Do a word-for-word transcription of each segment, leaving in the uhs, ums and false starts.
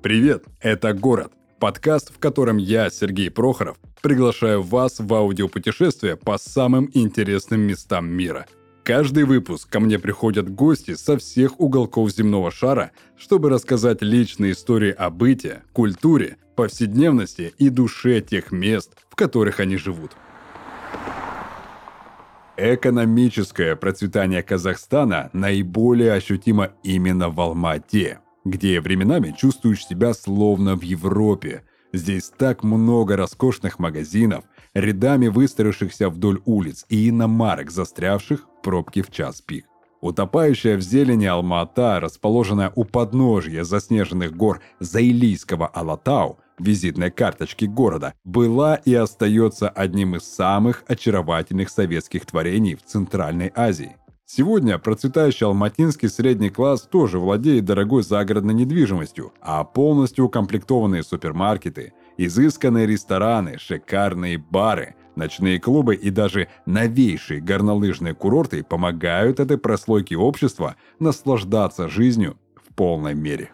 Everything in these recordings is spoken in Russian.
Привет, это «Город», подкаст, в котором я, Сергей Прохоров, приглашаю вас в аудиопутешествие по самым интересным местам мира. Каждый выпуск ко мне приходят гости со всех уголков земного шара, чтобы рассказать личные истории о быте, культуре, повседневности и душе тех мест, в которых они живут. Экономическое процветание Казахстана наиболее ощутимо именно в Алмате, где временами чувствуешь себя словно в Европе. Здесь так много роскошных магазинов, рядами выстроившихся вдоль улиц и иномарок, застрявших в пробке в час пик. Утопающая в зелени Алма-Ата, расположенная у подножья заснеженных гор Заилийского Алатау, визитной карточки города, была и остается одним из самых очаровательных советских творений в Центральной Азии. Сегодня процветающий алматинский средний класс тоже владеет дорогой загородной недвижимостью, а полностью укомплектованные супермаркеты, изысканные рестораны, шикарные бары, ночные клубы и даже новейшие горнолыжные курорты помогают этой прослойке общества наслаждаться жизнью в полной мере.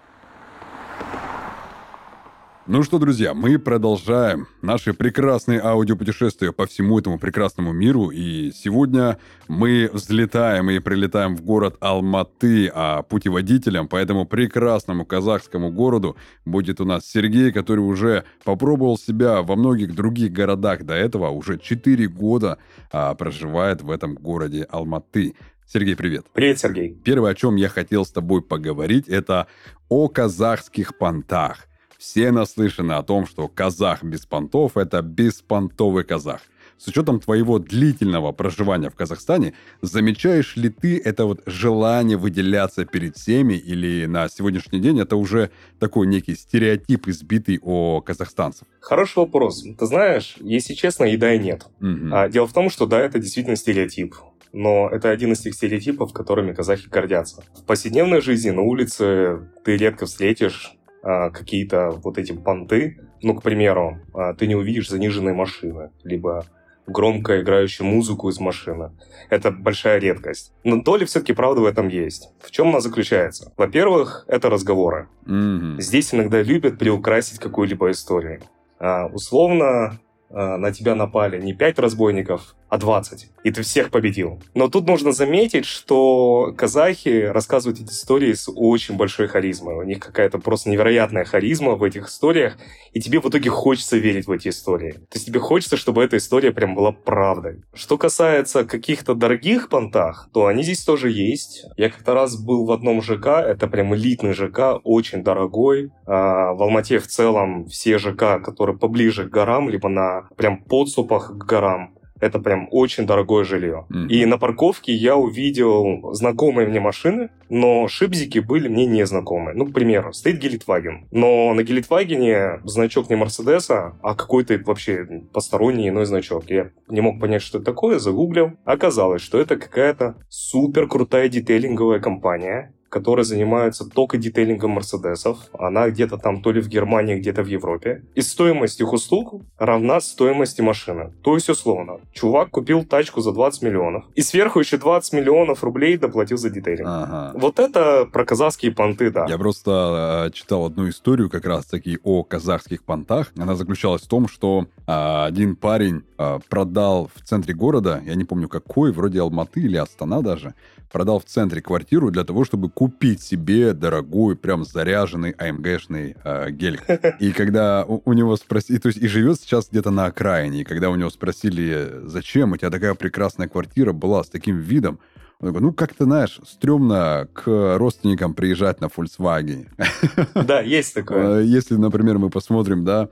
Ну что, друзья, мы продолжаем наши прекрасные аудиопутешествия по всему этому прекрасному миру. И сегодня мы взлетаем и прилетаем в город Алматы, а путеводителем по этому прекрасному казахскому городу будет у нас Сергей, который уже попробовал себя во многих других городах до этого, уже четыре года а, проживает в этом городе Алматы. Сергей, привет. Привет, Сергей. Первое, о чем я хотел с тобой поговорить, это о казахских понтах. Все наслышаны о том, что казах без понтов – это беспонтовый казах. С учетом твоего длительного проживания в Казахстане, замечаешь ли ты это вот желание выделяться перед всеми, или на сегодняшний день это уже такой некий стереотип, избитый о казахстанцев? Хороший вопрос. Ты знаешь, если честно, и да, и нет. Угу. А, дело в том, что да, это действительно стереотип. Но это один из тех стереотипов, которыми казахи гордятся. В повседневной жизни на улице ты редко встретишь какие-то вот эти понты. Ну, к примеру, ты не увидишь заниженные машины, либо громко играющую музыку из машины. Это большая редкость. Но доля все-таки правды в этом есть. В чем она заключается? Во-первых, это разговоры. Mm-hmm. Здесь иногда любят приукрасить какую-либо историю. А, условно, а, на тебя напали не пять разбойников, а двадцать. И ты всех победил. Но тут нужно заметить, что казахи рассказывают эти истории с очень большой харизмой. У них какая-то просто невероятная харизма в этих историях, и тебе в итоге хочется верить в эти истории. То есть тебе хочется, чтобы эта история прям была правдой. Что касается каких-то дорогих понтах, то они здесь тоже есть. Я как-то раз был в одном ЖК, это прям элитный ЖК, очень дорогой. В Алмате в целом все ЖК, которые поближе к горам, либо на прям подступах к горам, это прям очень дорогое жилье. Mm-hmm. И на парковке я увидел знакомые мне машины, но шипзики были мне незнакомые. Ну, к примеру, стоит Гелендваген. Но на Гелендвагене значок не Мерседеса, а какой-то вообще посторонний иной значок. Я не мог понять, что это такое, загуглил. Оказалось, что это какая-то супер крутая детейлинговая компания, которая занимается только детейлингом Мерседесов. Она где-то там то ли в Германии, где-то в Европе. И стоимость их услуг равна стоимости машины. То есть, условно, чувак купил тачку за двадцать миллионов, и сверху еще двадцать миллионов рублей доплатил за детейлинг. Ага. Вот это про казахские понты, да. Я просто э, читал одну историю как раз-таки о казахских понтах. Она заключалась в том, что э, один парень э, продал в центре города, я не помню какой, вроде Алматы или Астана даже, продал в центре квартиру для того, чтобы купить себе дорогой, прям заряженный АМГшный э, гелик. И когда у, у него спросили, то есть и живет сейчас где-то на окраине, и когда у него спросили, зачем у тебя такая прекрасная квартира была с таким видом, он такой, ну, как-то, знаешь, стрёмно к родственникам приезжать на Volkswagen. Да, есть такое. Если, например, мы посмотрим, да,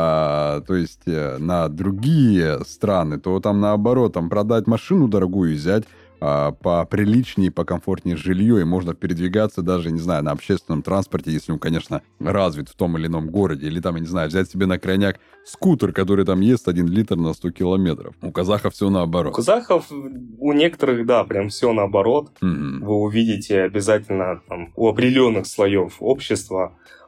а, то есть на другие страны, то там наоборот, там продать машину дорогую и взять поприличнее, покомфортнее жилье, и можно передвигаться даже, не знаю, на общественном транспорте, если он, конечно, развит в том или ином городе. Или там, я не знаю, взять себе на крайняк скутер, который там ест один литр на сто километров. У казахов все наоборот. У казахов, у некоторых, да, прям все наоборот. Mm-hmm. Вы увидите обязательно там, у определенных слоев общества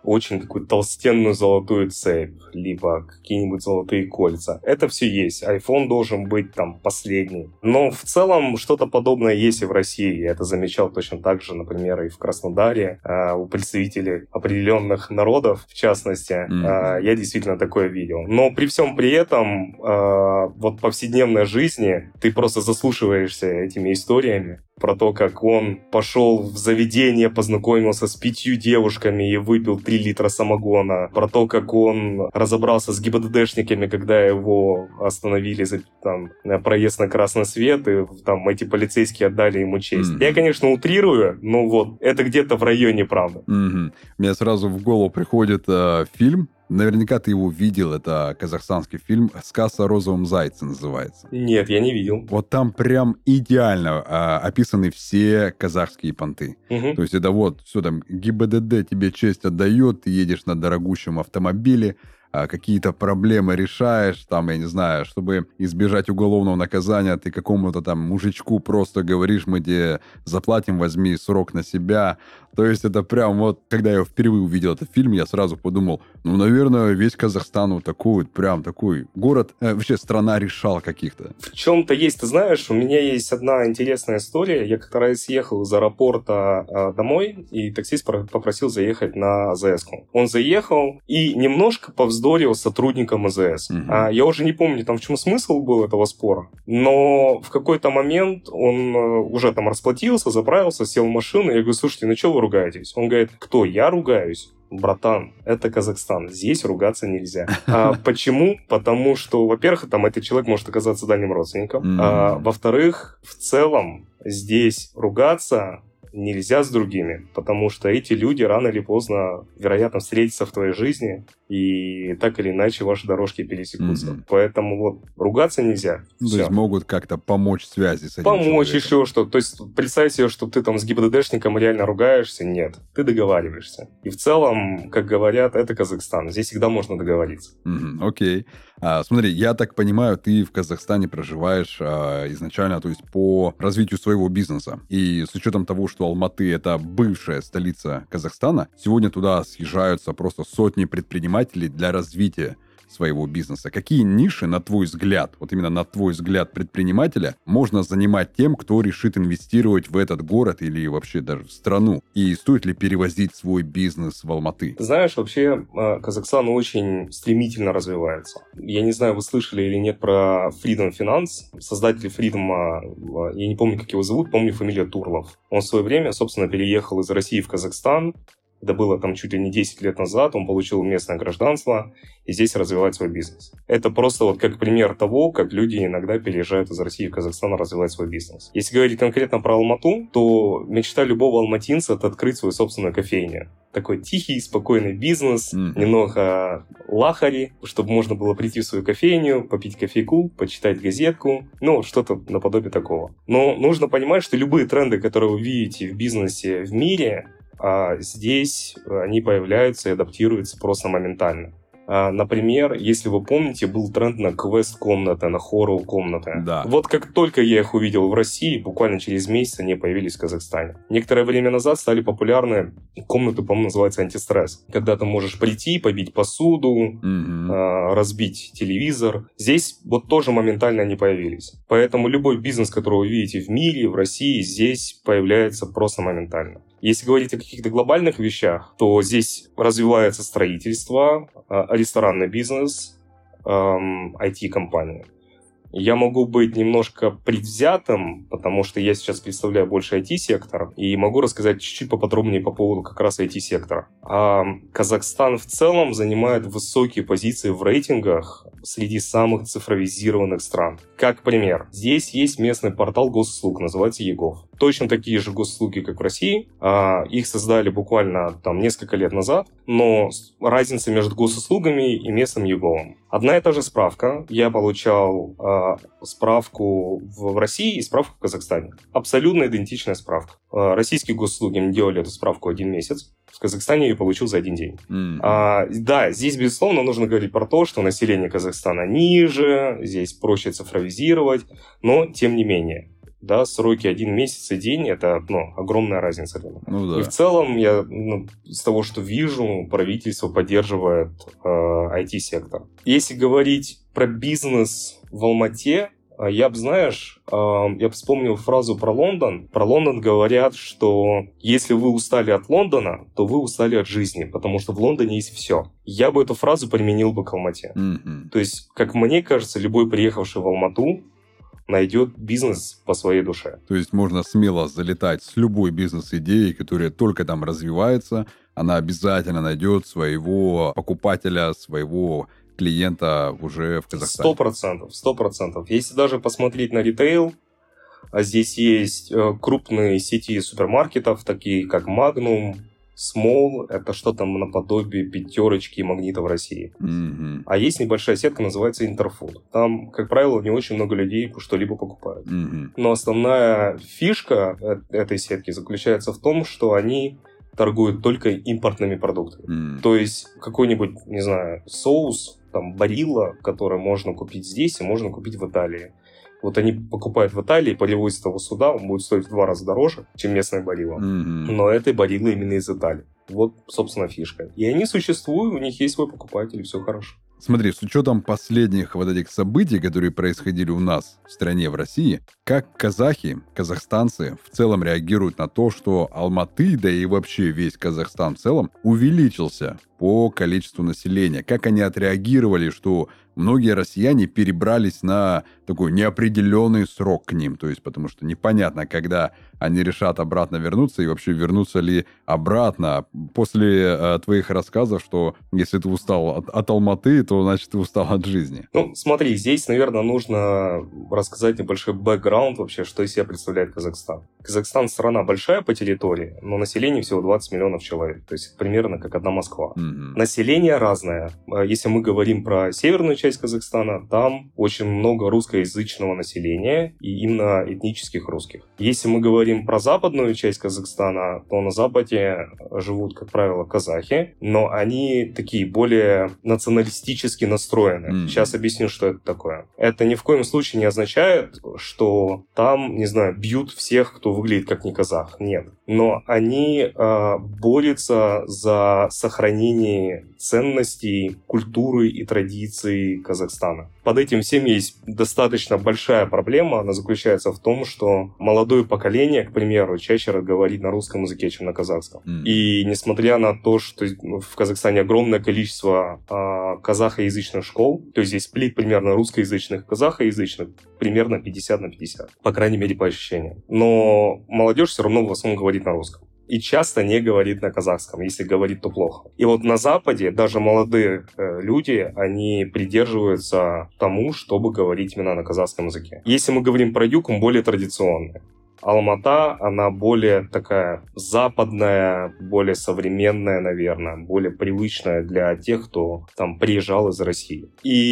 очень какую-то толстенную золотую цепь, либо какие-нибудь золотые кольца. Это все есть. iPhone должен быть там последний. Но в целом что-то подобное есть и в России. Я это замечал точно так же, например, и в Краснодаре э, у представителей определенных народов, в частности. Mm-hmm. Э, я действительно такое видел. Но при всем при этом э, вот повседневной жизни ты просто заслушиваешься этими историями про то, как он пошел в заведение, познакомился с пятью девушками и выпил три литра самогона, про то, как он разобрался с ГИБДДшниками, когда его остановили за там, проезд на красный свет, и там эти полицейские отдали ему честь. Mm-hmm. Я, конечно, утрирую, но вот это где-то в районе правды. Mm-hmm. Мне сразу в голову приходит э, фильм. Наверняка ты его видел, это казахстанский фильм «Сказ о розовом зайце» называется. Нет, я не видел. Вот там прям идеально а, описаны все казахские понты. Угу. То есть это вот, все там, ГИБДД тебе честь отдает, ты едешь на дорогущем автомобиле, а, какие-то проблемы решаешь, там, я не знаю, чтобы избежать уголовного наказания, ты какому-то там мужичку просто говоришь, мы тебе заплатим, возьми срок на себя. То есть это прям вот, когда я впервые увидел этот фильм, я сразу подумал, ну, наверное, весь Казахстан вот такой, прям такой город, э, вообще страна решал каких-то. В чем-то есть, ты знаешь, у меня есть одна интересная история. Я как-то раз ехал из аэропорта э, домой, и таксист попросил заехать на АЗС-ку. Он заехал и немножко повздорил с сотрудником АЗС. Угу. А, я уже не помню, там в чем смысл был этого спора, но в какой-то момент он э, уже там расплатился, заправился, сел в машину, я говорю, слушайте, ну что вы ругаетесь? Он говорит, кто? Я ругаюсь? Братан, это Казахстан, здесь ругаться нельзя. А почему? Потому что, во-первых, там этот человек может оказаться дальним родственником. Mm-hmm. А, во-вторых, в целом здесь ругаться нельзя с другими, потому что эти люди рано или поздно, вероятно, встретятся в твоей жизни, и так или иначе ваши дорожки пересекутся. Mm-hmm. Поэтому вот ругаться нельзя. Ну, то есть могут как-то помочь связи с этим Помочь человеком. еще что. То есть представь себе, что ты там с ГИБДДшником реально ругаешься. Нет, ты договариваешься. И в целом, как говорят, это Казахстан. Здесь всегда можно договориться. Mm-hmm. Окей. А, смотри, я так понимаю, ты в Казахстане проживаешь а, изначально, то есть по развитию своего бизнеса. И с учетом того, что Алматы — это бывшая столица Казахстана, сегодня туда съезжаются просто сотни предпринимателей для развития своего бизнеса. Какие ниши, на твой взгляд, вот именно на твой взгляд предпринимателя, можно занимать тем, кто решит инвестировать в этот город или вообще даже в страну? И стоит ли перевозить свой бизнес в Алматы? Ты знаешь, вообще Казахстан очень стремительно развивается. Я не знаю, вы слышали или нет про Freedom Finance. Создатель Freedom, я не помню, как его зовут, помню фамилию Турлов. Он в свое время, собственно, переехал из России в Казахстан. Это было там чуть ли не десять лет назад, он получил местное гражданство и здесь развивает свой бизнес. Это просто вот как пример того, как люди иногда переезжают из России в Казахстан развивать свой бизнес. Если говорить конкретно про Алмату, то мечта любого алматинца — это открыть свою собственную кофейню. Такой тихий, спокойный бизнес, mm-hmm. немного лахари, чтобы можно было прийти в свою кофейню, попить кофейку, почитать газетку, ну, что-то наподобие такого. Но нужно понимать, что любые тренды, которые вы видите в бизнесе в мире, а здесь они появляются и адаптируются просто моментально. Например, если вы помните, был тренд на квест-комнаты, на хоррор-комнаты. Да. Вот как только я их увидел в России, буквально через месяц они появились в Казахстане. Некоторое время назад стали популярны комнаты, по-моему, называются антистресс. Когда ты можешь прийти, побить посуду, mm-hmm. разбить телевизор. Здесь вот тоже моментально они появились. Поэтому любой бизнес, который вы видите в мире, в России, здесь появляется просто моментально. Если говорить о каких-то глобальных вещах, то здесь развивается строительство, ресторанный бизнес, ай ти-компании. Я могу быть немножко предвзятым, потому что я сейчас представляю больше ай ти-сектор, и могу рассказать чуть-чуть поподробнее по поводу как раз ай ти-сектора. А Казахстан в целом занимает высокие позиции в рейтингах среди самых цифровизированных стран. Как пример, здесь есть местный портал госуслуг, называется ЕГОВ. Точно такие же госуслуги, как в России. А, их создали буквально там несколько лет назад, но разница между госуслугами и местным ЕГОВом. Одна и та же справка. Я получал а, справку в России и справку в Казахстане. Абсолютно идентичная справка. А, российские госуслуги мне делали эту справку один месяц. В Казахстане я ее получил за один день. Mm. А, да, здесь, безусловно, нужно говорить про то, что население Казахстана ниже, здесь проще цифровизировать, но тем не менее. Да, сроки один месяц и день – это ну, огромная разница. Ну, да. И в целом, я ну, из того, что вижу, правительство поддерживает э, ай ти-сектор. Если говорить про бизнес в Алмате, я бы, знаешь, я бы вспомнил фразу про Лондон. Про Лондон говорят, что если вы устали от Лондона, то вы устали от жизни, потому что в Лондоне есть все. Я бы эту фразу применил бы к Алмате. Mm-hmm. То есть, как мне кажется, любой приехавший в Алмату найдет бизнес по своей душе. То есть можно смело залетать с любой бизнес-идеей, которая только там развивается, она обязательно найдет своего покупателя, своего клиента уже в Казахстане. Сто процентов, сто процентов. Если даже посмотреть на ритейл, а здесь есть крупные сети супермаркетов, такие как Magnum, Small, это что-то наподобие пятерочки и Магнита в России. Mm-hmm. А есть небольшая сетка, называется Interfood. Там, как правило, не очень много людей что-либо покупают. Mm-hmm. Но основная фишка этой сетки заключается в том, что они торгуют только импортными продуктами. Mm-hmm. То есть какой-нибудь, не знаю, соус, там, Барилла, который можно купить здесь и можно купить в Италии. Вот они покупают в Италии, перевозят его сюда, он будет стоить в два раза дороже, чем местная Барилла. Mm-hmm. Но это Барилла именно из Италии. Вот, собственно, фишка. И они существуют, у них есть свой покупатель, и все хорошо. Смотри, с учетом последних вот этих событий, которые происходили у нас в стране, в России, как казахи, казахстанцы в целом реагируют на то, что Алматы, да и вообще весь Казахстан в целом, увеличился по количеству населения? Как они отреагировали, что многие россияне перебрались на такой неопределенный срок к ним? То есть, потому что непонятно, когда они решат обратно вернуться и вообще вернутся ли обратно. После э, твоих рассказов, что если ты устал от, от Алматы, то значит ты устал от жизни. Ну, смотри, здесь, наверное, нужно рассказать небольшой бэкграунд вообще, что из себя представляет Казахстан. Казахстан страна большая по территории, но население всего двадцать миллионов человек. То есть примерно как одна Москва. Mm-hmm. Население разное. Если мы говорим про северную часть Казахстана, там очень много русскоязычного населения и именно этнических русских. Если мы говорим про западную часть Казахстана, то на западе живут, как правило, казахи, но они такие более националистически настроены. Mm-hmm. Сейчас объясню, что это такое. Это ни в коем случае не означает, что там, не знаю, бьют всех, кто выглядит как не казах. Нет. Но они э, борются за сохранение ценностей, культуры и традиций Казахстана. Под этим всем есть достаточно большая проблема. Она заключается в том, что молодое поколение, к примеру, чаще говорит на русском языке, чем на казахском. Mm. И несмотря на то, что в Казахстане огромное количество э, казахоязычных школ, то есть здесь сплит примерно русскоязычных и казахоязычных, примерно пятьдесят на пятьдесят, по крайней мере, по ощущениям. Но молодежь все равно в основном говорит на русском. И часто не говорит на казахском. Если говорит, то плохо. И вот на Западе даже молодые э, люди, они придерживаются тому, чтобы говорить именно на казахском языке. Если мы говорим про юг, он более традиционный. Алмата, она более такая западная, более современная, наверное, более привычная для тех, кто там приезжал из России.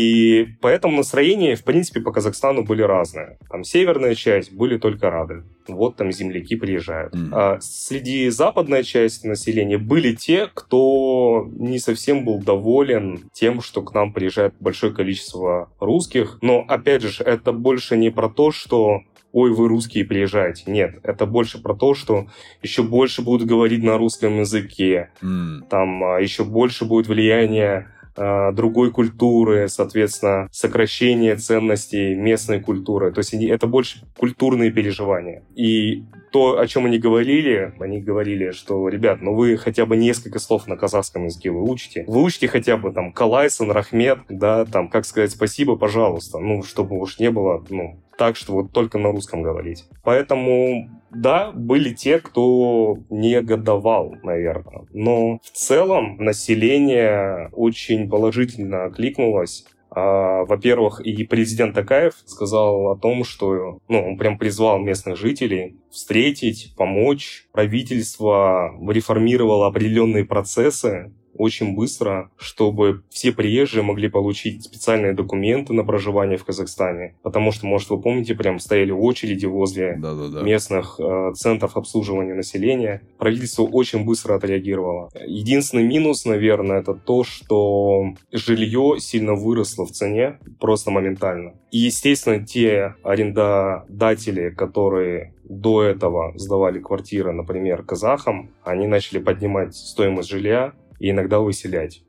И поэтому настроения, в принципе, по Казахстану были разные. Там северная часть были только рады. Вот там земляки приезжают. Mm-hmm. А среди западной части населения были те, кто не совсем был доволен тем, что к нам приезжает большое количество русских. Но, опять же, это больше не про то, что ой, вы русские, приезжайте. Нет, это больше про то, что еще больше будут говорить на русском языке. Mm. Там а, еще больше будет влияние а, другой культуры, соответственно, сокращение ценностей местной культуры. То есть они, это больше культурные переживания. И то, о чем они говорили, они говорили, что, ребят, ну вы хотя бы несколько слов на казахском языке выучите. Выучите хотя бы там Калайсан, Рахмет, да, там, как сказать спасибо, пожалуйста. Ну, чтобы уж не было, ну, так, что вот только на русском говорить. Поэтому, да, были те, кто негодовал, наверное. Но в целом население очень положительно откликнулось. А, во-первых, и президент Токаев сказал о том, что ну, он прям призвал местных жителей встретить, помочь. Правительство реформировало определенные процессы очень быстро, чтобы все приезжие могли получить специальные документы на проживание в Казахстане. Потому что, может, вы помните, прям стояли очереди возле Да-да-да. местных э, центров обслуживания населения. Правительство очень быстро отреагировало. Единственный минус, наверное, это то, что жилье сильно выросло в цене просто моментально. И, естественно, те арендодатели, которые до этого сдавали квартиры, например, казахам, они начали поднимать стоимость жилья и иногда выселять.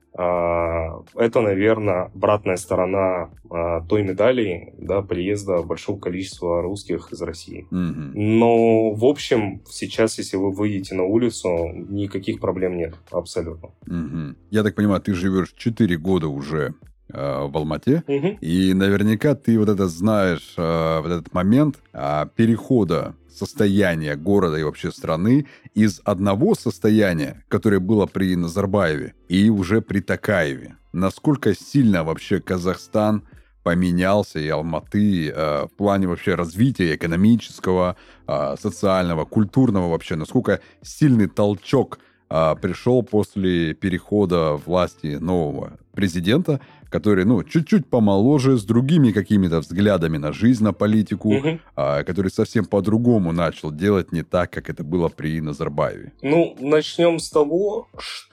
Это, наверное, обратная сторона той медали, да, приезда большого количества русских из России. Mm-hmm. Но, в общем, сейчас, если вы выйдете на улицу, никаких проблем нет, абсолютно. Mm-hmm. Я так понимаю, ты живешь четыре года уже э, в Алмате, Mm-hmm. и наверняка ты вот это знаешь, э, вот этот момент э, перехода состояния города и вообще страны из одного состояния, которое было при Назарбаеве, и уже при Токаеве. Насколько сильно вообще Казахстан поменялся, и Алматы э, в плане вообще развития экономического, э, социального, культурного вообще, насколько сильный толчок э, пришел после перехода власти нового президента, который, ну, чуть-чуть помоложе, с другими какими-то взглядами на жизнь, на политику, Угу. а, который совсем по-другому начал делать, не так, как это было при Назарбаеве. Ну, начнем с того,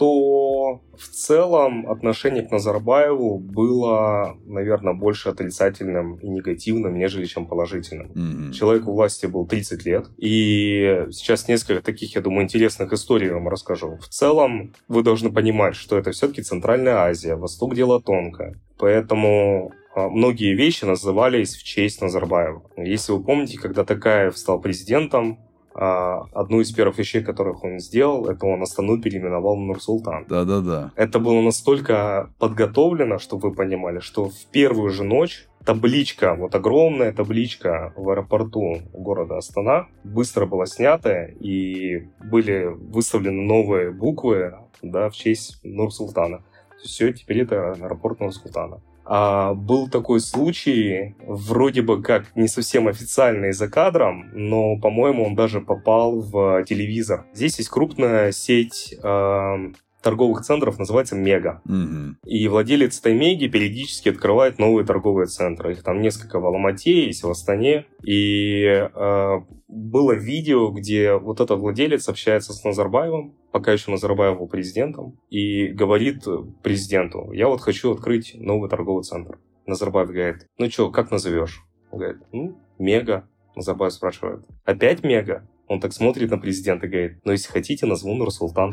что в целом отношение к Назарбаеву было, наверное, больше отрицательным и негативным, нежели чем положительным. Mm-hmm. Человек у власти был тридцать лет, и сейчас несколько таких, я думаю, интересных историй я вам расскажу. В целом, вы должны понимать, что это все-таки Центральная Азия, Восток дело тонкое. Поэтому многие вещи назывались в честь Назарбаева. Если вы помните, когда Токаев стал президентом, одну из первых вещей, которых он сделал, это он Астану переименовал в Нур-Султан. Да-да-да. Это было настолько подготовлено, чтобы вы понимали, что в первую же ночь табличка, вот огромная табличка в аэропорту города Астана быстро была снята, и были выставлены новые буквы, да, в честь Нур-Султана. Все, теперь это аэропорт Нур-Султана. А был такой случай, вроде бы как не совсем официальный за кадром, но, по-моему, он даже попал в телевизор. Здесь есть крупная сеть э, торговых центров, называется Мега. Mm-hmm. И владелец этой Меги периодически открывает новые торговые центры. Их там несколько в Алмате, есть в Астане. И э, было видео, где вот этот владелец общается с Назарбаевым, пока еще Назарбаев был президентом, и говорит президенту: я вот хочу открыть новый торговый центр. Назарбаев говорит: ну что, как назовешь? Он говорит: ну, Мега. Назарбаев спрашивает: опять Мега? Он так смотрит на президента и говорит: ну, если хотите, назову Нур-Султан.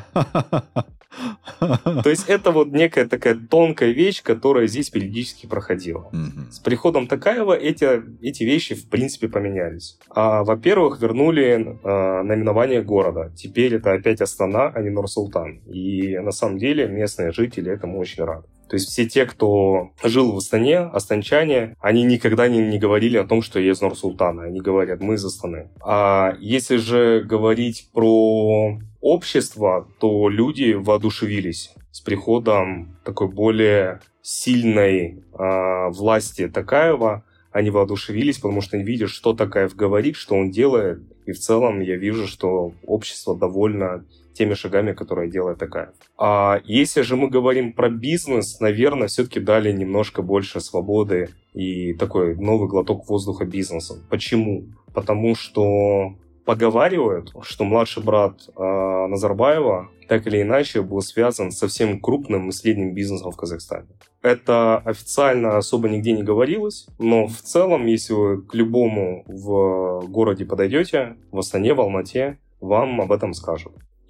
То есть это вот некая такая тонкая вещь, которая здесь периодически проходила. Mm-hmm. С приходом Токаева эти, эти вещи в принципе поменялись. А, во-первых, вернули а, наименование города. Теперь это опять Астана, а не Нур-Султан. И на самом деле местные жители этому очень рады. То есть все те, кто жил в Астане, астанчане, они никогда не, не говорили о том, что я из Нур-Султана. Они говорят: мы из Астаны. А если же говорить про общество, то люди воодушевились с приходом такой более сильной э, власти Токаева. Они воодушевились, потому что они видят, что Токаев говорит, что он делает. И в целом я вижу, что общество довольно теми шагами, которые делает Токаев. А если же мы говорим про бизнес, наверное, все-таки дали немножко больше свободы и такой новый глоток воздуха бизнесу. Почему? Потому что поговаривают, что младший брат э, Назарбаева так или иначе был связан со всем крупным и средним бизнесом в Казахстане. Это официально особо нигде не говорилось, но в целом, если вы к любому в городе подойдете, в Астане, в Алмате, вам об этом скажут.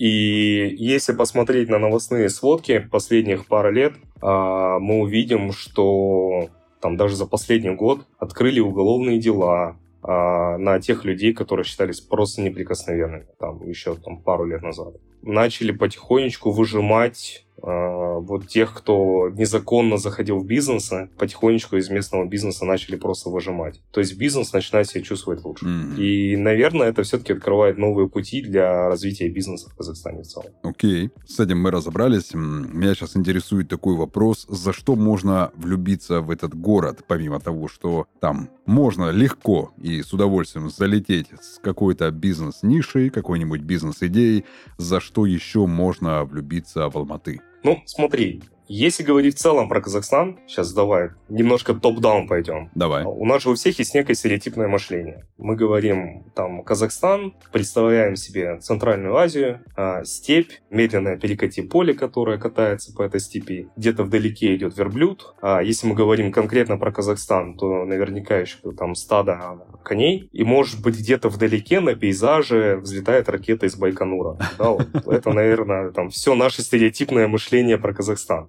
И если посмотреть на новостные сводки последних пары лет, мы увидим, что там даже за последний год открыли уголовные дела на тех людей, которые считались просто неприкосновенными, там еще там, пару лет назад. Начали потихонечку выжимать э, вот тех, кто незаконно заходил в бизнес, потихонечку из местного бизнеса начали просто выжимать. То есть бизнес начинает себя чувствовать лучше. Mm-hmm. И, наверное, это все-таки открывает новые пути для развития бизнеса в Казахстане в целом. Окей, okay. С этим мы разобрались. Меня сейчас интересует такой вопрос: за что можно влюбиться в этот город, помимо того, что там можно легко и с удовольствием залететь с какой-то бизнес-нишей, какой-нибудь бизнес-идеей, за что еще можно влюбиться в Алматы? Ну, смотри, если говорить в целом про Казахстан, сейчас давай немножко топ-даун пойдем. Давай. У нас же у всех есть некое стереотипное мышление. Мы говорим, там, Казахстан, представляем себе Центральную Азию, э, степь, медленное перекати поле, которое катается по этой степи. Где-то вдалеке идет верблюд. А если мы говорим конкретно про Казахстан, то наверняка еще там стадо коней. И, может быть, где-то вдалеке на пейзаже взлетает ракета из Байконура. Да, вот. Это, наверное, там все наше стереотипное мышление про Казахстан.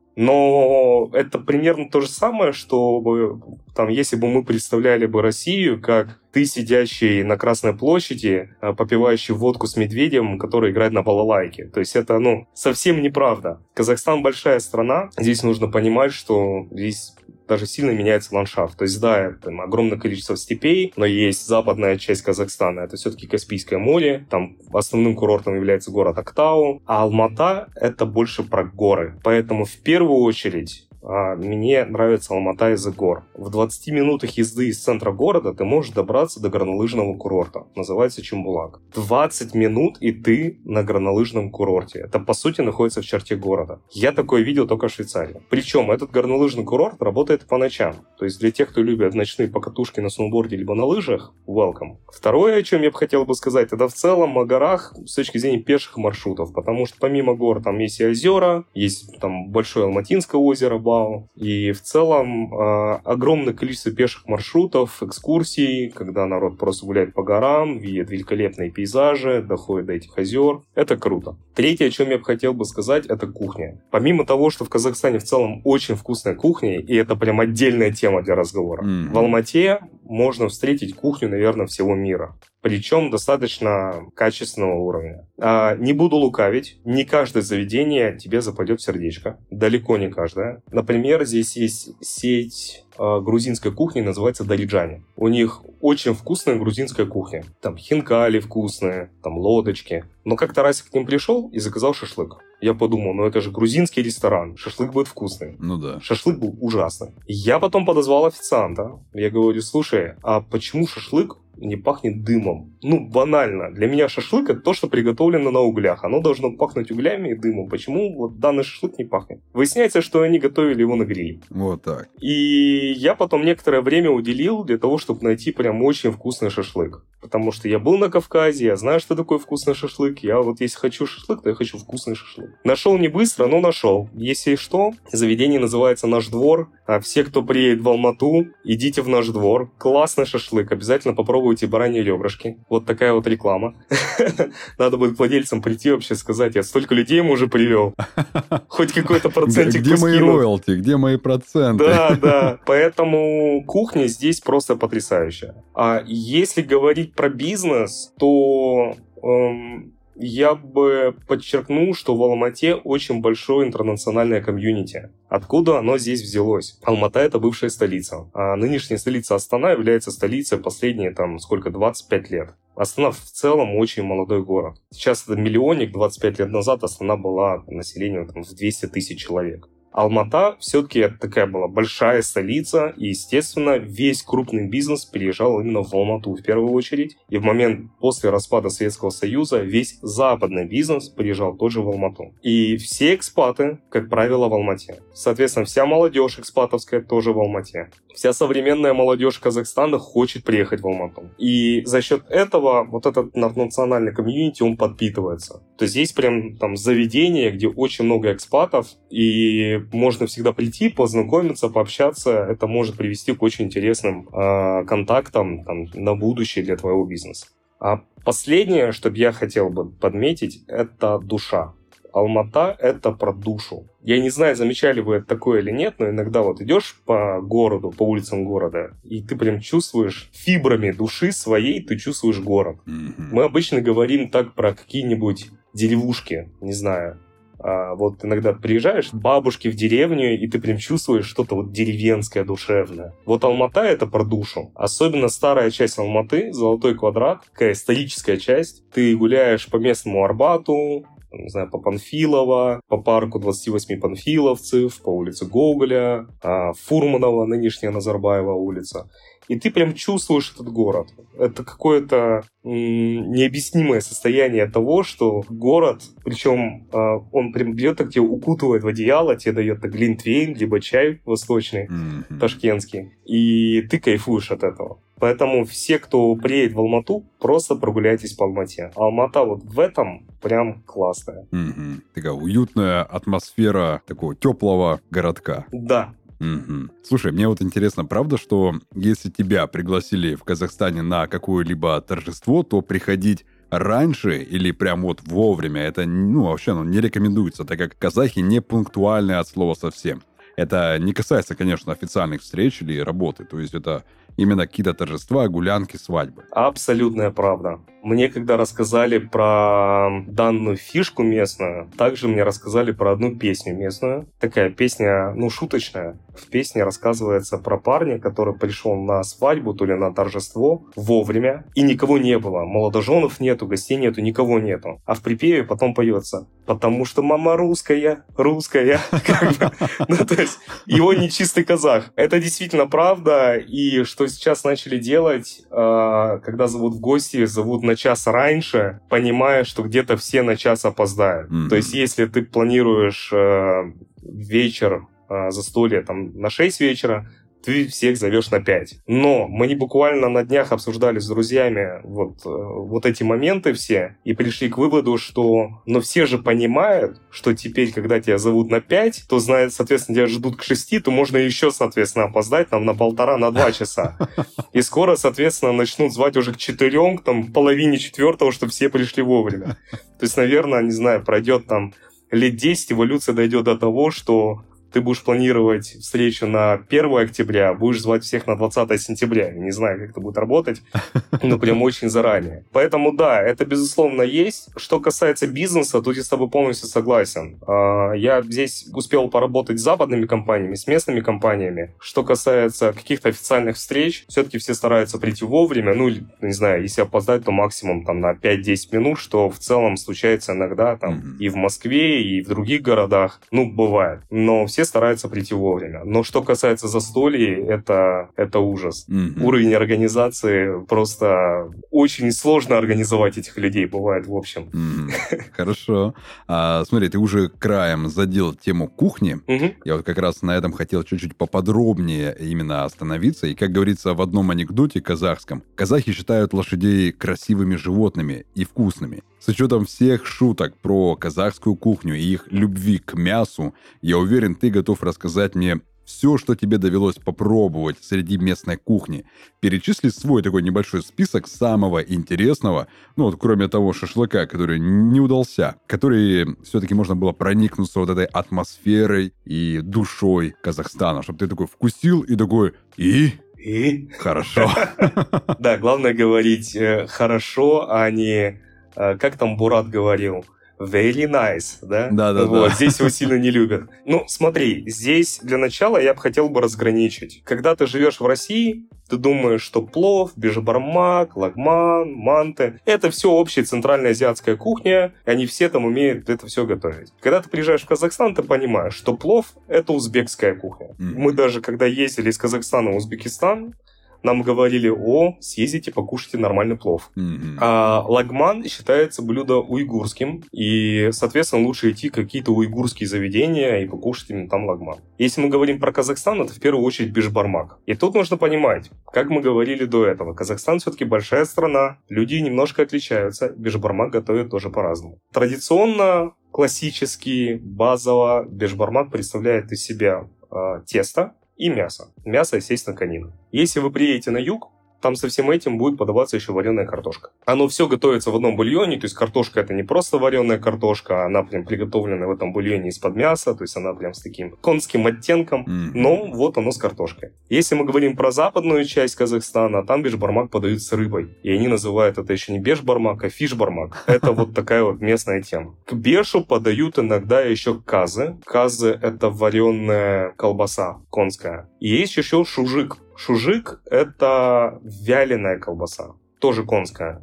Но это примерно то же самое, что там, если бы мы представляли бы Россию как ты, сидящий на Красной площади, попивающий водку с медведем, который играет на балалайке. То есть это, ну, совсем неправда. Казахстан большая страна. Здесь нужно понимать, что здесь даже сильно меняется ландшафт. То есть, да, там огромное количество степей, но есть западная часть Казахстана, это все-таки Каспийское море, там основным курортом является город Актау, а Алмата — это больше про горы. Поэтому в первую очередь мне нравится Алмата из-за гор. В двадцати минутах езды из центра города ты можешь добраться до горнолыжного курорта. Называется Чембулак. двадцать минут, и ты на горнолыжном курорте. Это, по сути, находится в черте города. Я такое видел только в Швейцарии. Причем этот горнолыжный курорт работает по ночам. То есть для тех, кто любит ночные покатушки на сноуборде либо на лыжах, welcome. Второе, о чем я бы хотел бы сказать, это в целом о горах с точки зрения пеших маршрутов. Потому что помимо гор там есть и озера, есть там большое Алматинское озеро, и в целом э, огромное количество пеших маршрутов, экскурсий, когда народ просто гуляет по горам, видит великолепные пейзажи, доходит до этих озер. Это круто. Третье, о чем я бы хотел бы сказать, это кухня. Помимо того, что в Казахстане в целом очень вкусная кухня, и это прям отдельная тема для разговора, mm-hmm. в Алмате можно встретить кухню, наверное, всего мира. Причем достаточно качественного уровня. А, не буду лукавить, не каждое заведение тебе западет в сердечко. Далеко не каждое. Например, здесь есть сеть а, грузинской кухни, называется Дариджани. У них очень вкусная грузинская кухня. Там хинкали вкусные, там лодочки. Но как-то раз я к ним пришел и заказал шашлык. Я подумал, ну это же грузинский ресторан, шашлык будет вкусный. Ну да. Шашлык был ужасный. Я потом подозвал официанта. Я говорю, слушай, а почему шашлык не пахнет дымом? Ну, банально. Для меня шашлык — это то, что приготовлено на углях. Оно должно пахнуть углями и дымом. Почему вот данный шашлык не пахнет? Выясняется, что они готовили его на гриле. Вот так. И я потом некоторое время уделил для того, чтобы найти прям очень вкусный шашлык. Потому что я был на Кавказе, я знаю, что такое вкусный шашлык. Я вот если хочу шашлык, то я хочу вкусный шашлык. Нашел не быстро, но нашел. Если что, заведение называется «Наш двор». А все, кто приедет в Алмату, идите в «Наш двор». Классный шашлык. Обязательно попробуйте бараньи ребрышки. Вот такая вот реклама. Надо будет владельцам прийти вообще сказать, я столько людей ему уже привел. Хоть какой-то процентик Где мои роялти, где мои проценты? Да, да. Поэтому кухня здесь просто потрясающая. А если говорить про бизнес, то эм, я бы подчеркнул, что в Алмате очень большое интернациональное комьюнити. Откуда оно здесь взялось? Алмата — это бывшая столица. А нынешняя столица Астана является столицей последние, там, сколько, двадцать пять лет. Астана в целом очень молодой город. Сейчас это миллионник, двадцать пять лет назад Астана была населением там, в двести тысяч человек. Алмата все-таки такая была большая столица, и, естественно, весь крупный бизнес переезжал именно в Алмату в первую очередь. И в момент после распада Советского Союза весь западный бизнес переезжал тоже в Алмату. И все экспаты, как правило, в Алмате. Соответственно, вся молодежь экспатовская тоже в Алмате. Вся современная молодежь Казахстана хочет приехать в Алмату. И за счет этого вот этот национальный комьюнити, он подпитывается. То есть есть прям там заведение, где очень много экспатов, и можно всегда прийти, познакомиться, пообщаться. Это может привести к очень интересным э, контактам там, на будущее для твоего бизнеса. А последнее, что я хотел бы подметить, это душа. Алмата — это про душу. Я не знаю, замечали вы это такое или нет, но иногда вот идешь по городу, по улицам города, и ты прям чувствуешь фибрами души своей, ты чувствуешь город. Mm-hmm. Мы обычно говорим так про какие-нибудь деревушки, не знаю. А вот иногда приезжаешь к бабушке в деревню, и ты прям чувствуешь что-то вот деревенское, душевное. Вот Алмата — это про душу. Особенно старая часть Алматы, Золотой квадрат, такая историческая часть. Ты гуляешь по местному Арбату, не знаю, по Панфилова, по парку двадцати восьми панфиловцев, по улице Гоголя, Фурманова, нынешняя Назарбаева улица. И ты прям чувствуешь этот город. Это какое-то м- необъяснимое состояние того, что город, причем э, он прям берет, так тебя укутывает в одеяло, тебе дает глинтвейн, либо чай восточный, mm-hmm. ташкентский, и ты кайфуешь от этого. Поэтому все, кто приедет в Алмату, просто прогуляйтесь по Алмате. Алмата вот в этом прям классная. Mm-hmm. Такая уютная атмосфера такого теплого городка. Да. Угу. Слушай, мне вот интересно, правда, что если тебя пригласили в Казахстане на какое-либо торжество, то приходить раньше или прям вот вовремя, это, ну, вообще ну, не рекомендуется, так как казахи не пунктуальны от слова совсем. Это не касается, конечно, официальных встреч или работы, то есть это именно какие-то торжества, гулянки, свадьбы. Абсолютная правда. Мне когда рассказали про данную фишку местную, также мне рассказали про одну песню местную. Такая песня, ну, шуточная. В песне рассказывается про парня, который пришел на свадьбу, то ли на торжество вовремя, и никого не было. Молодоженов нету, гостей нету, никого нету. А в припеве потом поется: «Потому что мама русская, русская». Ну, то есть, его нечистый казах. Это действительно правда, и что сейчас начали делать, когда зовут в гости, зовут на час раньше, понимая, что где-то все на час опоздают. Mm-hmm. То есть, если ты планируешь э, вечер, э, застолье там, на шесть вечера, ты всех зовешь на пять. Но мы не буквально на днях обсуждали с друзьями вот, э, вот эти моменты все и пришли к выводу, что но все же понимают, что теперь, когда тебя зовут на пять, то, знают, соответственно, тебя ждут к шести, то можно еще, соответственно, опоздать там, на полтора, на два часа. И скоро, соответственно, начнут звать уже к четырем, там, половине четвертого, чтобы все пришли вовремя. То есть, наверное, не знаю, пройдет там лет десять, эволюция дойдет до того, что ты будешь планировать встречу на первое октября, будешь звать всех на двадцатое сентября. Я не знаю, как это будет работать, но прям очень заранее. Поэтому да, это безусловно есть. Что касается бизнеса, тут я с тобой полностью согласен. Я здесь успел поработать с западными компаниями, с местными компаниями. Что касается каких-то официальных встреч, все-таки все стараются прийти вовремя. Ну, не знаю, если опоздать, то максимум там на пять-десять минут, что в целом случается иногда там mm-hmm. и в Москве, и в других городах. Ну, бывает. Но все стараются прийти вовремя. Но что касается застолий, это, это ужас. Mm-hmm. Уровень организации просто очень сложно организовать этих людей, бывает в общем. Mm-hmm. Хорошо. А, смотри, ты уже краем задел тему кухни. Mm-hmm. Я вот как раз на этом хотел чуть-чуть поподробнее именно остановиться. И, как говорится в одном анекдоте казахском, казахи считают лошадей красивыми животными и вкусными. С учетом всех шуток про казахскую кухню и их любви к мясу, я уверен, ты готов рассказать мне все, что тебе довелось попробовать среди местной кухни. Перечисли свой такой небольшой список самого интересного, ну вот кроме того шашлыка, который не удался, который все-таки можно было проникнуться вот этой атмосферой и душой Казахстана, чтобы ты такой вкусил и такой «и?» И? Хорошо. Да, главное говорить хорошо, а не... Как там Бурат говорил? Very nice, да? Да-да-да. Вот, здесь его сильно не любят. Ну, смотри, здесь для начала я бы хотел бы разграничить. Когда ты живешь в России, ты думаешь, что плов, бешбармак, лагман, манты — это все общая центральная азиатская кухня, и они все там умеют это все готовить. Когда ты приезжаешь в Казахстан, ты понимаешь, что плов — это узбекская кухня. Mm-hmm. Мы даже, когда ездили из Казахстана в Узбекистан, нам говорили: о, съездите, покушайте нормальный плов. Mm-hmm. А лагман считается блюдо уйгурским, и, соответственно, лучше идти в какие-то уйгурские заведения и покушать именно там лагман. Если мы говорим про Казахстан, это в первую очередь бешбармак. И тут нужно понимать, как мы говорили до этого, Казахстан все-таки большая страна, люди немножко отличаются, бешбармак готовят тоже по-разному. Традиционно, классически, базово, бешбармак представляет из себя э, тесто и мясо. Мясо, естественно, конина. Если вы приедете на юг, там со всем этим будет подаваться еще вареная картошка. Оно все готовится в одном бульоне, то есть картошка — это не просто вареная картошка, она прям приготовлена в этом бульоне из-под мяса, то есть она прям с таким конским оттенком, mm-hmm. но вот оно с картошкой. Если мы говорим про западную часть Казахстана, там бешбармак подают с рыбой, и они называют это еще не бешбармак, а фишбармак. Это вот такая вот местная тема. К бешу подают иногда еще казы. Казы — это вареная колбаса конская. И есть еще шужик. Шужик — это вяленая колбаса, тоже конская.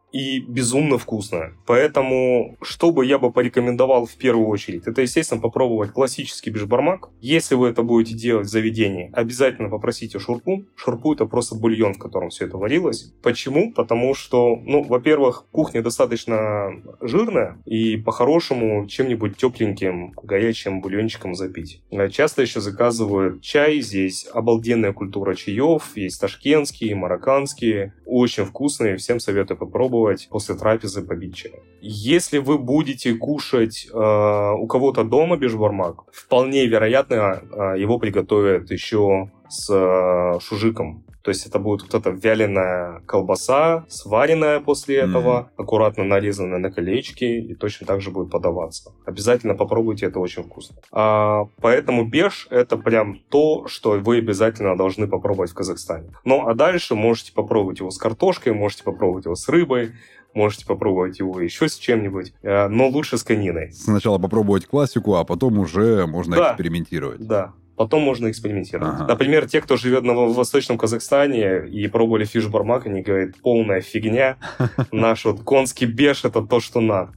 и безумно вкусное. Поэтому, что бы я бы порекомендовал в первую очередь, это, естественно, попробовать классический бешбармак. Если вы это будете делать в заведении, обязательно попросите шурпу. Шурпу — это просто бульон, в котором все это варилось. Почему? Потому что, ну, во-первых, кухня достаточно жирная, и по-хорошему чем-нибудь тепленьким, горячим бульончиком запить. Часто еще заказывают чай. Здесь обалденная культура чаев. Есть ташкентские, марокканские. Очень вкусные. Всем советую попробовать после трапезы побить чай. Если вы будете кушать э, у кого-то дома бешбармак, вполне вероятно, э, его приготовят еще с э, шужиком. То есть это будет вот эта вяленая колбаса, сваренная после этого, mm-hmm. аккуратно нарезанная на колечки, и точно так же будет подаваться. Обязательно попробуйте, это очень вкусно. А, поэтому беш — это прям то, что вы обязательно должны попробовать в Казахстане. Ну а дальше можете попробовать его с картошкой, можете попробовать его с рыбой, можете попробовать его еще с чем-нибудь, но лучше с кониной. Сначала попробовать классику, а потом уже можно да. экспериментировать. Да. Потом можно экспериментировать. Ага. Например, те, кто живет на Восточном Казахстане и пробовали фиш-бармак, они говорят, полная фигня. Наш вот конский беш — это то, что надо.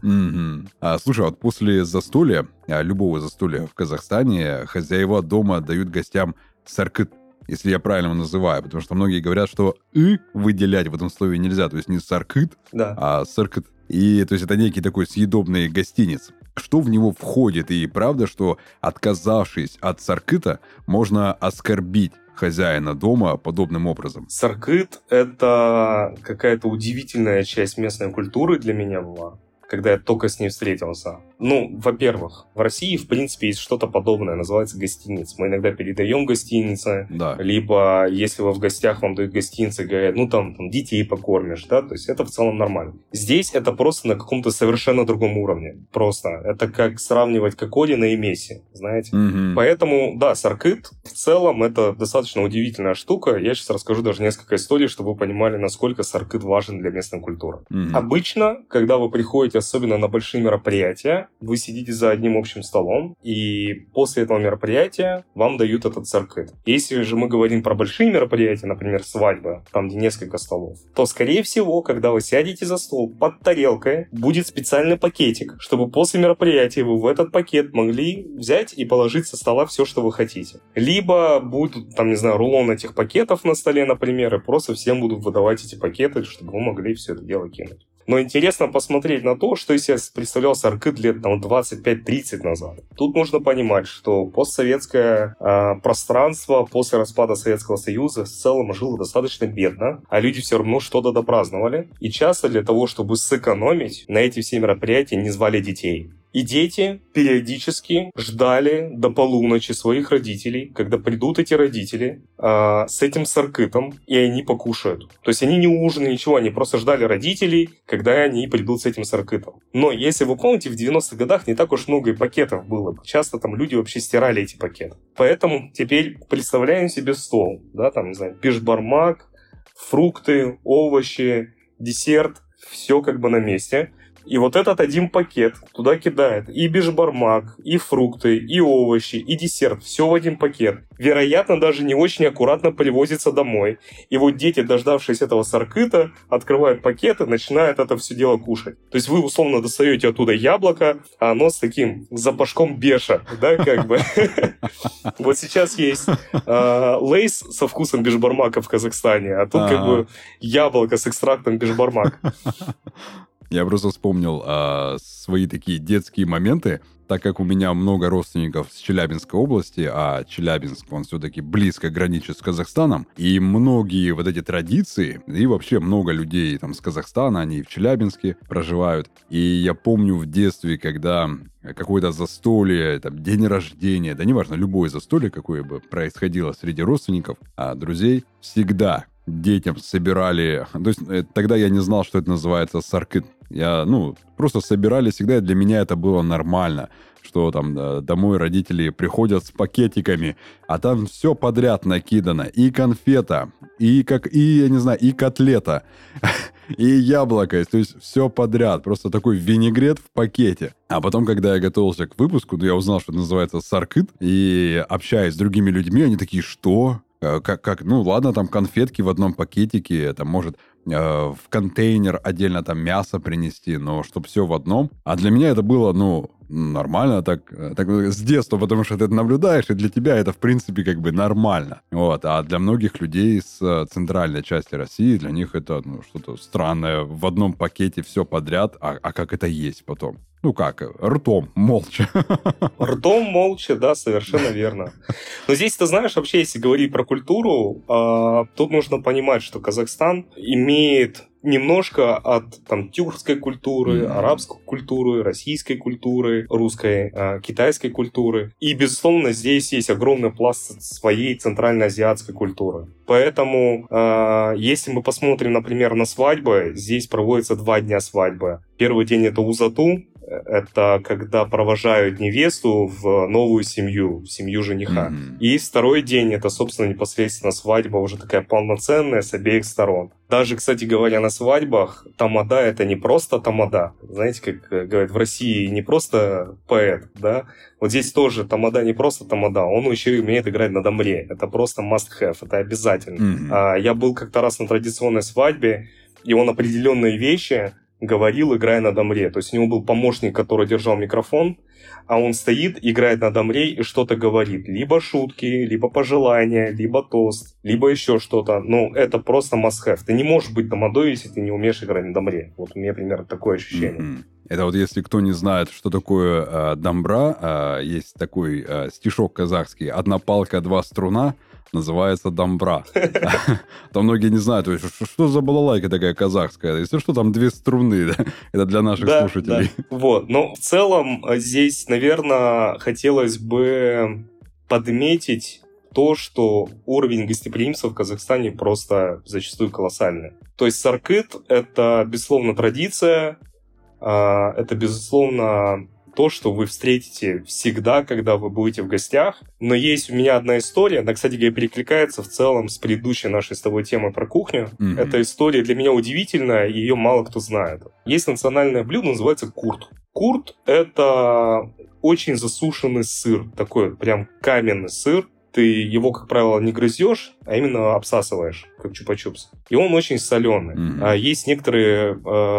А, слушай, вот после застолья, любого застолья в Казахстане, хозяева дома дают гостям саркыт, если я правильно его называю, потому что многие говорят, что «ы» выделять в этом слове нельзя, то есть не саркыт, да. а саркыт. И то есть это некий такой съедобный гостиниц. Что в него входит? И правда, что отказавшись от саркыта, можно оскорбить хозяина дома подобным образом? Саркыт — это какая-то удивительная часть местной культуры для меня была, когда я только с ней встретился. Ну, во-первых, в России, в принципе, есть что-то подобное, называется гостиница. Мы иногда передаем гостиницы, да. либо, если вы в гостях, вам дают гостиницы, говорят, ну, там, там, детей покормишь, да, то есть это в целом нормально. Здесь это просто на каком-то совершенно другом уровне. Просто. Это как сравнивать Кокорина и Месси, знаете. Mm-hmm. Поэтому, да, саркыт в целом это достаточно удивительная штука. Я сейчас расскажу даже несколько историй, чтобы вы понимали, насколько саркыт важен для местной культуры. Mm-hmm. Обычно, когда вы приходите, особенно на большие мероприятия, вы сидите за одним общим столом, и после этого мероприятия вам дают этот саркыт. Если же мы говорим про большие мероприятия, например, свадьба, там, где несколько столов, то, скорее всего, когда вы сядете за стол, под тарелкой будет специальный пакетик, чтобы после мероприятия вы в этот пакет могли взять и положить со стола все, что вы хотите. Либо будут, там, не знаю, рулон этих пакетов на столе, например, и просто всем будут выдавать эти пакеты, чтобы вы могли все это дело кинуть. Но интересно посмотреть на то, что из себя представлял саркыт лет там, двадцать пять тридцать назад. Тут нужно понимать, что постсоветское э, пространство после распада Советского Союза в целом жило достаточно бедно, а люди все равно что-то допраздновали. И часто для того, чтобы сэкономить, на эти все мероприятия не звали детей. И дети периодически ждали до полуночи своих родителей, когда придут эти родители э, с этим саркытом, и они покушают. То есть они не ужинали, ничего, они просто ждали родителей, когда они придут с этим саркытом. Но если вы помните, в девяностых годах не так уж много и пакетов было. Часто там люди вообще стирали эти пакеты. Поэтому теперь представляем себе стол, да, там, не знаю, бешбармак, фрукты, овощи, десерт, все как бы на месте. И вот этот один пакет туда кидает и бешбармак, и фрукты, и овощи, и десерт. Все в один пакет. Вероятно, даже не очень аккуратно привозится домой. И вот дети, дождавшись этого саркыта, открывают пакеты, начинают это все дело кушать. То есть вы условно достаете оттуда яблоко, а оно с таким запашком беша, да, как бы. Вот сейчас есть лейс со вкусом бешбармака в Казахстане, а тут как бы яблоко с экстрактом бешбармака. Я просто вспомнил а, свои такие детские моменты, так как у меня много родственников с Челябинской области, а Челябинск, он все-таки близко граничит с Казахстаном, и многие вот эти традиции, и вообще много людей там с Казахстана, они в Челябинске проживают. И я помню в детстве, когда какое-то застолье, там, день рождения, да неважно, любое застолье, какое бы происходило среди родственников, а друзей, всегда детям собирали... То есть тогда я не знал, что это называется саркыт. Я, ну, просто собирали всегда, для меня это было нормально, что там домой родители приходят с пакетиками, а там все подряд накидано. И конфета, и, как, и я не знаю, и котлета, и яблоко. То есть все подряд. Просто такой винегрет в пакете. А потом, когда я готовился к выпуску, я узнал, что это называется саркыт, и общаясь с другими людьми, они такие, что? Э, Как, как, ну, ладно, там конфетки в одном пакетике, там, может, э, в контейнер отдельно там мясо принести, но чтобы все в одном. А для меня это было, ну, нормально так, э, так с детства, потому что ты это наблюдаешь, и для тебя это, в принципе, как бы нормально. Вот. А для многих людей с э, центральной части России, для них это, ну, что-то странное. В одном пакете все подряд, а, а как это есть потом? Ну как, ртом, молча. Ртом молча, да, совершенно верно. Но здесь, ты знаешь, вообще, если говорить про культуру, э, тут нужно понимать, что Казахстан имеет немножко от там тюркской культуры, Mm-hmm. арабской культуры, российской культуры, русской, э, китайской культуры. И, безусловно, здесь есть огромный пласт своей центральноазиатской культуры. Поэтому, э, если мы посмотрим, например, на свадьбы, здесь проводится два дня свадьбы. Первый день — это узату, это когда провожают невесту в новую семью, в семью жениха. Mm-hmm. И второй день — это, собственно, непосредственно свадьба, уже такая полноценная с обеих сторон. Даже, кстати говоря, на свадьбах тамада — это не просто тамада. Знаете, как говорят в России, не просто поэт, да? Вот здесь тоже тамада не просто тамада, он еще и умеет играть на домбре. Это просто must-have, это обязательно. Mm-hmm. Я был как-то раз на традиционной свадьбе, и он определенные вещи говорил, играя на домбре. То есть у него был помощник, который держал микрофон, а он стоит, играет на домбре и что-то говорит. Либо шутки, либо пожелания, либо тост, либо еще что-то. Ну, это просто must-have. Ты не можешь быть тамадой, если ты не умеешь играть на домбре. Вот у меня примерно такое ощущение. Mm-hmm. Это вот если кто не знает, что такое э, домбра, э, есть такой э, стишок казахский: «Одна палка, два струна», называется домбра. Там многие не знают, что за балалайка такая казахская. Если что, там две струны. Это для наших слушателей. Вот. Но в целом здесь, наверное, хотелось бы подметить то, что уровень гостеприимства в Казахстане просто зачастую колоссальный. То есть саркыт — это, безусловно, традиция, это, безусловно, то, что вы встретите всегда, когда вы будете в гостях. Но есть у меня одна история, она, кстати говоря, перекликается в целом с предыдущей нашей с тобой темой про кухню. Mm-hmm. Эта история для меня удивительная, и ее мало кто знает. Есть национальное блюдо, называется курт. Курт — это очень засушенный сыр, такой прям каменный сыр. Ты его, как правило, не грызешь, а именно обсасываешь, как чупа-чупс. И он очень соленый. Mm-hmm. А есть некоторые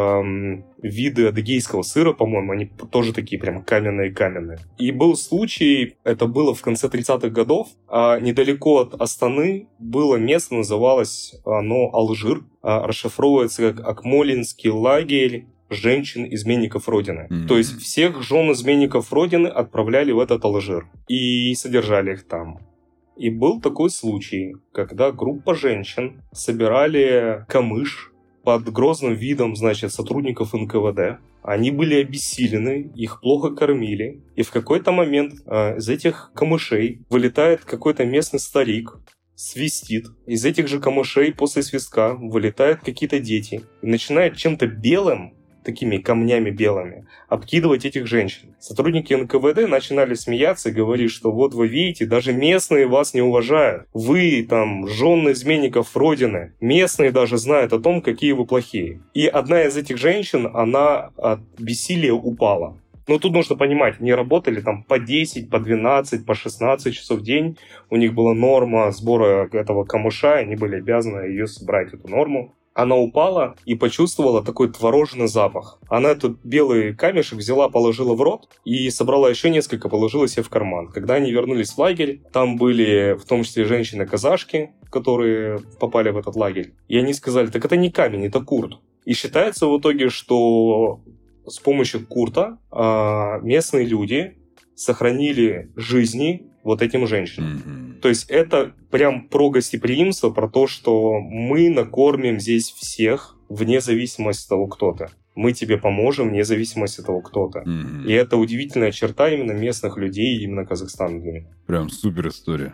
э, виды адыгейского сыра, по-моему, они тоже такие прям каменные-каменные. И был случай, это было в конце тридцатых годов, а недалеко от Астаны было место, называлось оно Алжир, а расшифровывается как Акмолинский лагерь женщин-изменников Родины. Mm-hmm. То есть всех жен-изменников Родины отправляли в этот Алжир и содержали их там. И был такой случай, когда группа женщин собирали камыш под грозным видом, значит, сотрудников эн ка вэ дэ. Они были обессилены, их плохо кормили. И в какой-то момент э, из этих камышей вылетает какой-то местный старик, свистит. Из этих же камышей после свистка вылетают какие-то дети и начинают чем-то белым, такими камнями белыми, обкидывать этих женщин. Сотрудники эн ка вэ дэ начинали смеяться и говорить, что вот вы видите, даже местные вас не уважают. Вы там жены изменников Родины. Местные даже знают о том, какие вы плохие. И одна из этих женщин, она от бессилия упала. Но тут нужно понимать, они работали там по десять, по двенадцать, по шестнадцать часов в день. У них была норма сбора этого камыша, они были обязаны ее собрать, эту норму. Она упала и почувствовала такой творожный запах. Она этот белый камешек взяла, положила в рот и собрала еще несколько, положила себе в карман. Когда они вернулись в лагерь, там были в том числе женщины-казашки, которые попали в этот лагерь. И они сказали: так это не камень, это курт. И считается в итоге, что с помощью курта местные люди сохранили жизни вот этим женщинам. Mm-hmm. То есть это прям про гостеприимство, про то, что мы накормим здесь всех вне зависимости от того, кто ты. Мы тебе поможем вне зависимости от того, кто ты. Mm-hmm. И это удивительная черта именно местных людей, именно Казахстана для меня. Прям супер история.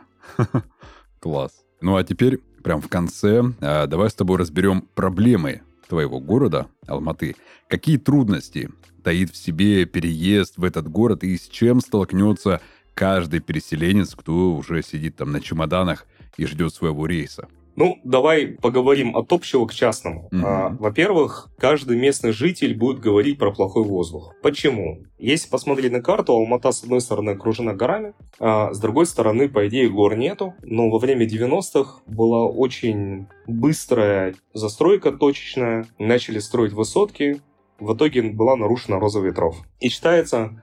Класс. Ну а теперь, прям в конце, давай с тобой разберем проблемы твоего города, Алматы. Какие трудности таит в себе переезд в этот город и с чем столкнется каждый переселенец, кто уже сидит там на чемоданах и ждет своего рейса? Ну, давай поговорим от общего к частному. Mm-hmm. А, во-первых, каждый местный житель будет говорить про плохой воздух. Почему? Если посмотреть на карту, Алмата с одной стороны окружена горами, а с другой стороны, по идее, гор нету. Но во время девяностых была очень быстрая застройка точечная. Начали строить высотки. В итоге была нарушена роза ветров. И считается,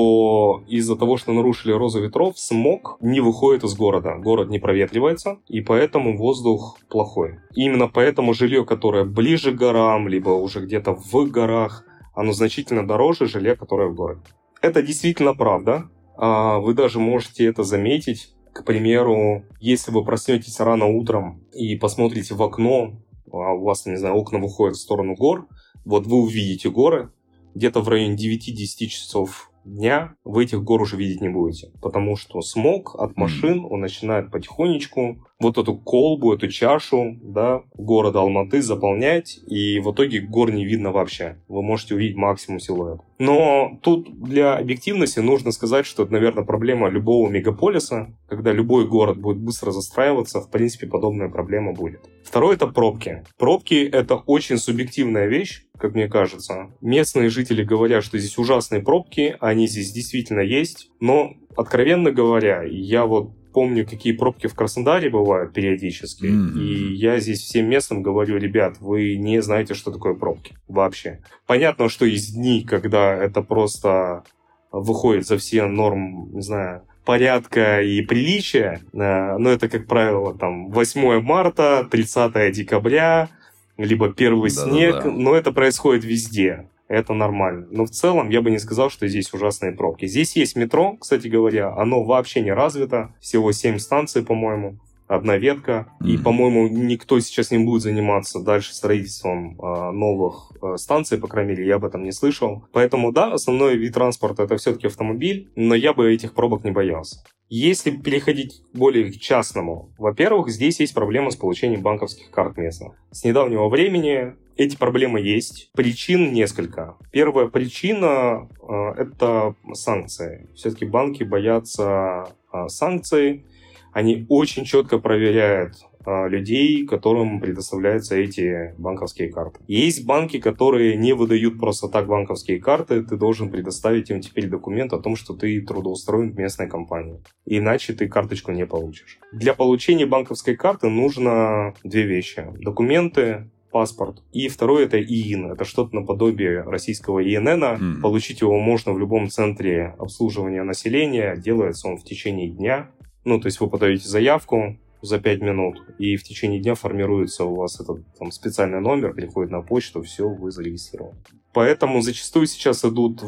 что из-за того, что нарушили розу ветров, смог не выходит из города. Город не проветривается, и поэтому воздух плохой. И именно поэтому жилье, которое ближе к горам, либо уже где-то в горах, оно значительно дороже жилья, которое в городе. Это действительно правда. Вы даже можете это заметить. К примеру, если вы проснетесь рано утром и посмотрите в окно, а у вас, не знаю, окна выходят в сторону гор, вот вы увидите горы, где-то в районе девяти-десяти часов дня вы этих гор уже видеть не будете, потому что смог от машин, он начинает потихонечку вот эту колбу, эту чашу, да, города Алматы заполнять, и в итоге гор не видно вообще. Вы можете увидеть максимум силуэт. Но тут для объективности нужно сказать, что это, наверное, проблема любого мегаполиса. Когда любой город будет быстро застраиваться, в принципе, подобная проблема будет. Второе – это пробки. Пробки – это очень субъективная вещь, как мне кажется. Местные жители говорят, что здесь ужасные пробки, они здесь действительно есть. Но, откровенно говоря, я вот помню, какие пробки в Краснодаре бывают периодически. Mm-hmm. И я здесь всем местным говорю: ребят, вы не знаете, что такое пробки вообще. Понятно, что есть дни, когда это просто выходит за все норм, не знаю, порядка и приличия. Но это, как правило, там восьмое марта, тридцатое декабря, либо первый Да-да-да. снег. Но это происходит везде. Это нормально. Но в целом я бы не сказал, что здесь ужасные пробки. Здесь есть метро, кстати говоря. Оно вообще не развито. Всего семь станций, по-моему. Одна ветка. Mm-hmm. И, по-моему, никто сейчас не будет заниматься дальше строительством э, новых э, станций. По крайней мере, я об этом не слышал. Поэтому, да, основной вид транспорта — это все-таки автомобиль. Но я бы этих пробок не боялся. Если переходить более к частному, во-первых, здесь есть проблема с получением банковских карт местных. С недавнего времени эти проблемы есть. Причин несколько. Первая причина э, – это санкции. Все-таки банки боятся э, санкций. Они очень четко проверяют э, людей, которым предоставляются эти банковские карты. Есть банки, которые не выдают просто так банковские карты. Ты должен предоставить им теперь документ о том, что ты трудоустроен в местной компании. Иначе ты карточку не получишь. Для получения банковской карты нужно две вещи. Документы, паспорт. И второе — это ИИН. Это что-то наподобие российского ИНН. Mm. Получить его можно в любом центре обслуживания населения. Делается он в течение дня. Ну, то есть вы подаете заявку за пять минут, и в течение дня формируется у вас этот там специальный номер, приходит на почту, все, вы зарегистрированы. Поэтому зачастую сейчас идут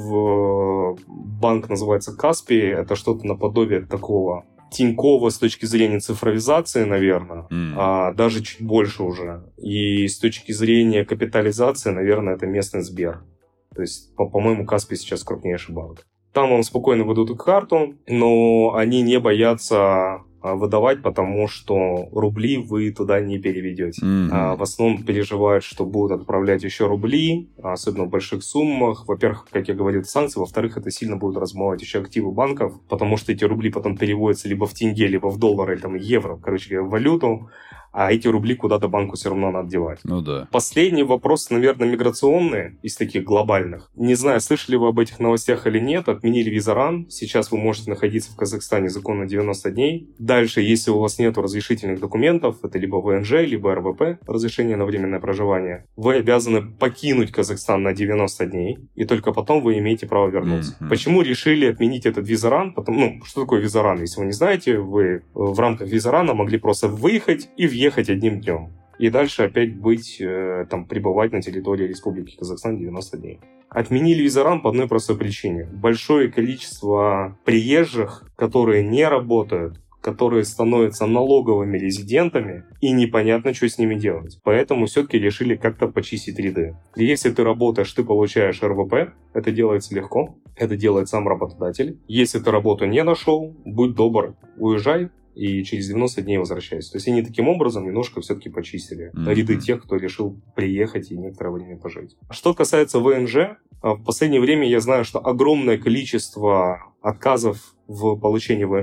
в банк, называется Каспий. Это что-то наподобие такого Тинькова с точки зрения цифровизации, наверное, mm. а даже чуть больше уже. И с точки зрения капитализации, наверное, это местный Сбер. То есть, по- по-моему, Каспий сейчас крупнейший банк. Там вам спокойно выдадут карту, но они не боятся выдавать, потому что рубли вы туда не переведете. Mm-hmm. А в основном переживают, что будут отправлять еще рубли, особенно в больших суммах. Во-первых, как я говорил, санкции. Во-вторых, это сильно будет размывать еще активы банков, потому что эти рубли потом переводятся либо в тенге, либо в доллары, или там евро, короче говоря, в валюту. А эти рубли куда-то банку все равно надо девать. Ну да. Последний вопрос, наверное, миграционный, из таких глобальных. Не знаю, слышали вы об этих новостях или нет. Отменили визаран. Сейчас вы можете находиться в Казахстане законно девяносто дней. Дальше, если у вас нет разрешительных документов, это либо ВНЖ, либо РВП, разрешение на временное проживание, вы обязаны покинуть Казахстан на девяносто дней, и только потом вы имеете право вернуться. Mm-hmm. Почему решили отменить этот визаран? Потому, ну, что такое визаран? Если вы не знаете, вы в рамках визарана могли просто выехать и въехать ехать одним днем. И дальше опять быть, э, там, пребывать на территории Республики Казахстан девяносто дней. Отменили визаран по одной простой причине. Большое количество приезжих, которые не работают, которые становятся налоговыми резидентами, и непонятно, что с ними делать. Поэтому все-таки решили как-то почистить ряды. И если ты работаешь, ты получаешь РВП, это делается легко, это делает сам работодатель. Если ты работу не нашел, будь добр, уезжай, и через девяносто дней возвращайся. То есть они таким образом немножко все-таки почистили mm-hmm. ряды тех, кто решил приехать и некоторое время пожить. Что касается ВНЖ, в последнее время я знаю, что огромное количество отказов в получении ВНЖ.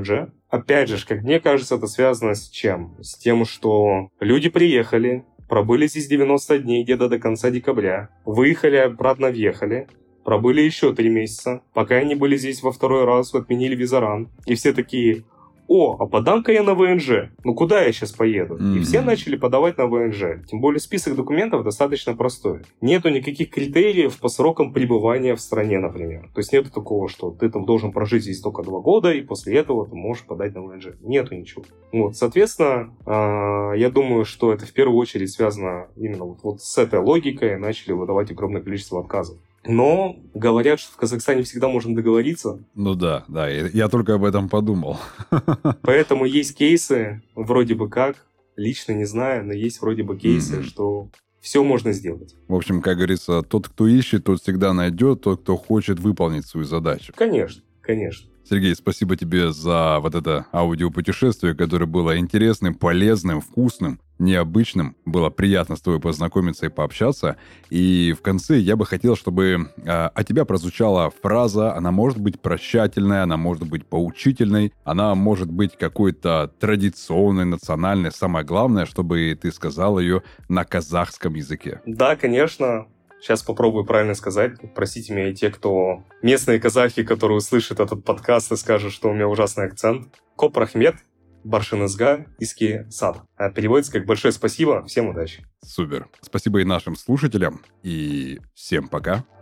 опять же, как мне кажется, это связано с чем? С тем, что люди приехали, пробыли здесь девяносто дней, где-то до конца декабря, выехали, обратно въехали, пробыли еще три месяца, пока они были здесь во второй раз, отменили визаран, и все такие: о, а подам-ка я на ВНЖ. Ну куда я сейчас поеду? Mm-hmm. И все начали подавать на ВНЖ. Тем более список документов достаточно простой. Нету никаких критериев по срокам пребывания в стране, например. То есть нету такого, что ты там должен прожить здесь только два года, и после этого ты можешь подать на ВНЖ. Нету ничего. Вот, соответственно, я думаю, что это в первую очередь связано именно вот, вот с этой логикой. Начали выдавать огромное количество отказов. Но говорят, что в Казахстане всегда можно договориться. Ну да, да, я только об этом подумал. Поэтому есть кейсы, вроде бы как, лично не знаю, но есть вроде бы кейсы, mm-hmm. что все можно сделать. В общем, как говорится, тот, кто ищет, тот всегда найдет, тот, кто хочет выполнить свою задачу. Конечно, конечно. Сергей, спасибо тебе за вот это аудиопутешествие, которое было интересным, полезным, вкусным, необычным. Было приятно с тобой познакомиться и пообщаться. И в конце я бы хотел, чтобы э, от тебя прозвучала фраза. Она может быть прощательная, она может быть поучительной, она может быть какой-то традиционной, национальной. Самое главное, чтобы ты сказал ее на казахском языке. Да, конечно. Сейчас попробую правильно сказать. Простите меня и те, кто местные казахи, которые услышат этот подкаст и скажут, что у меня ужасный акцент. Коп рахмет, баршинызга, иски сад. А переводится как «большое спасибо, всем удачи». Супер. Спасибо и нашим слушателям. И всем пока.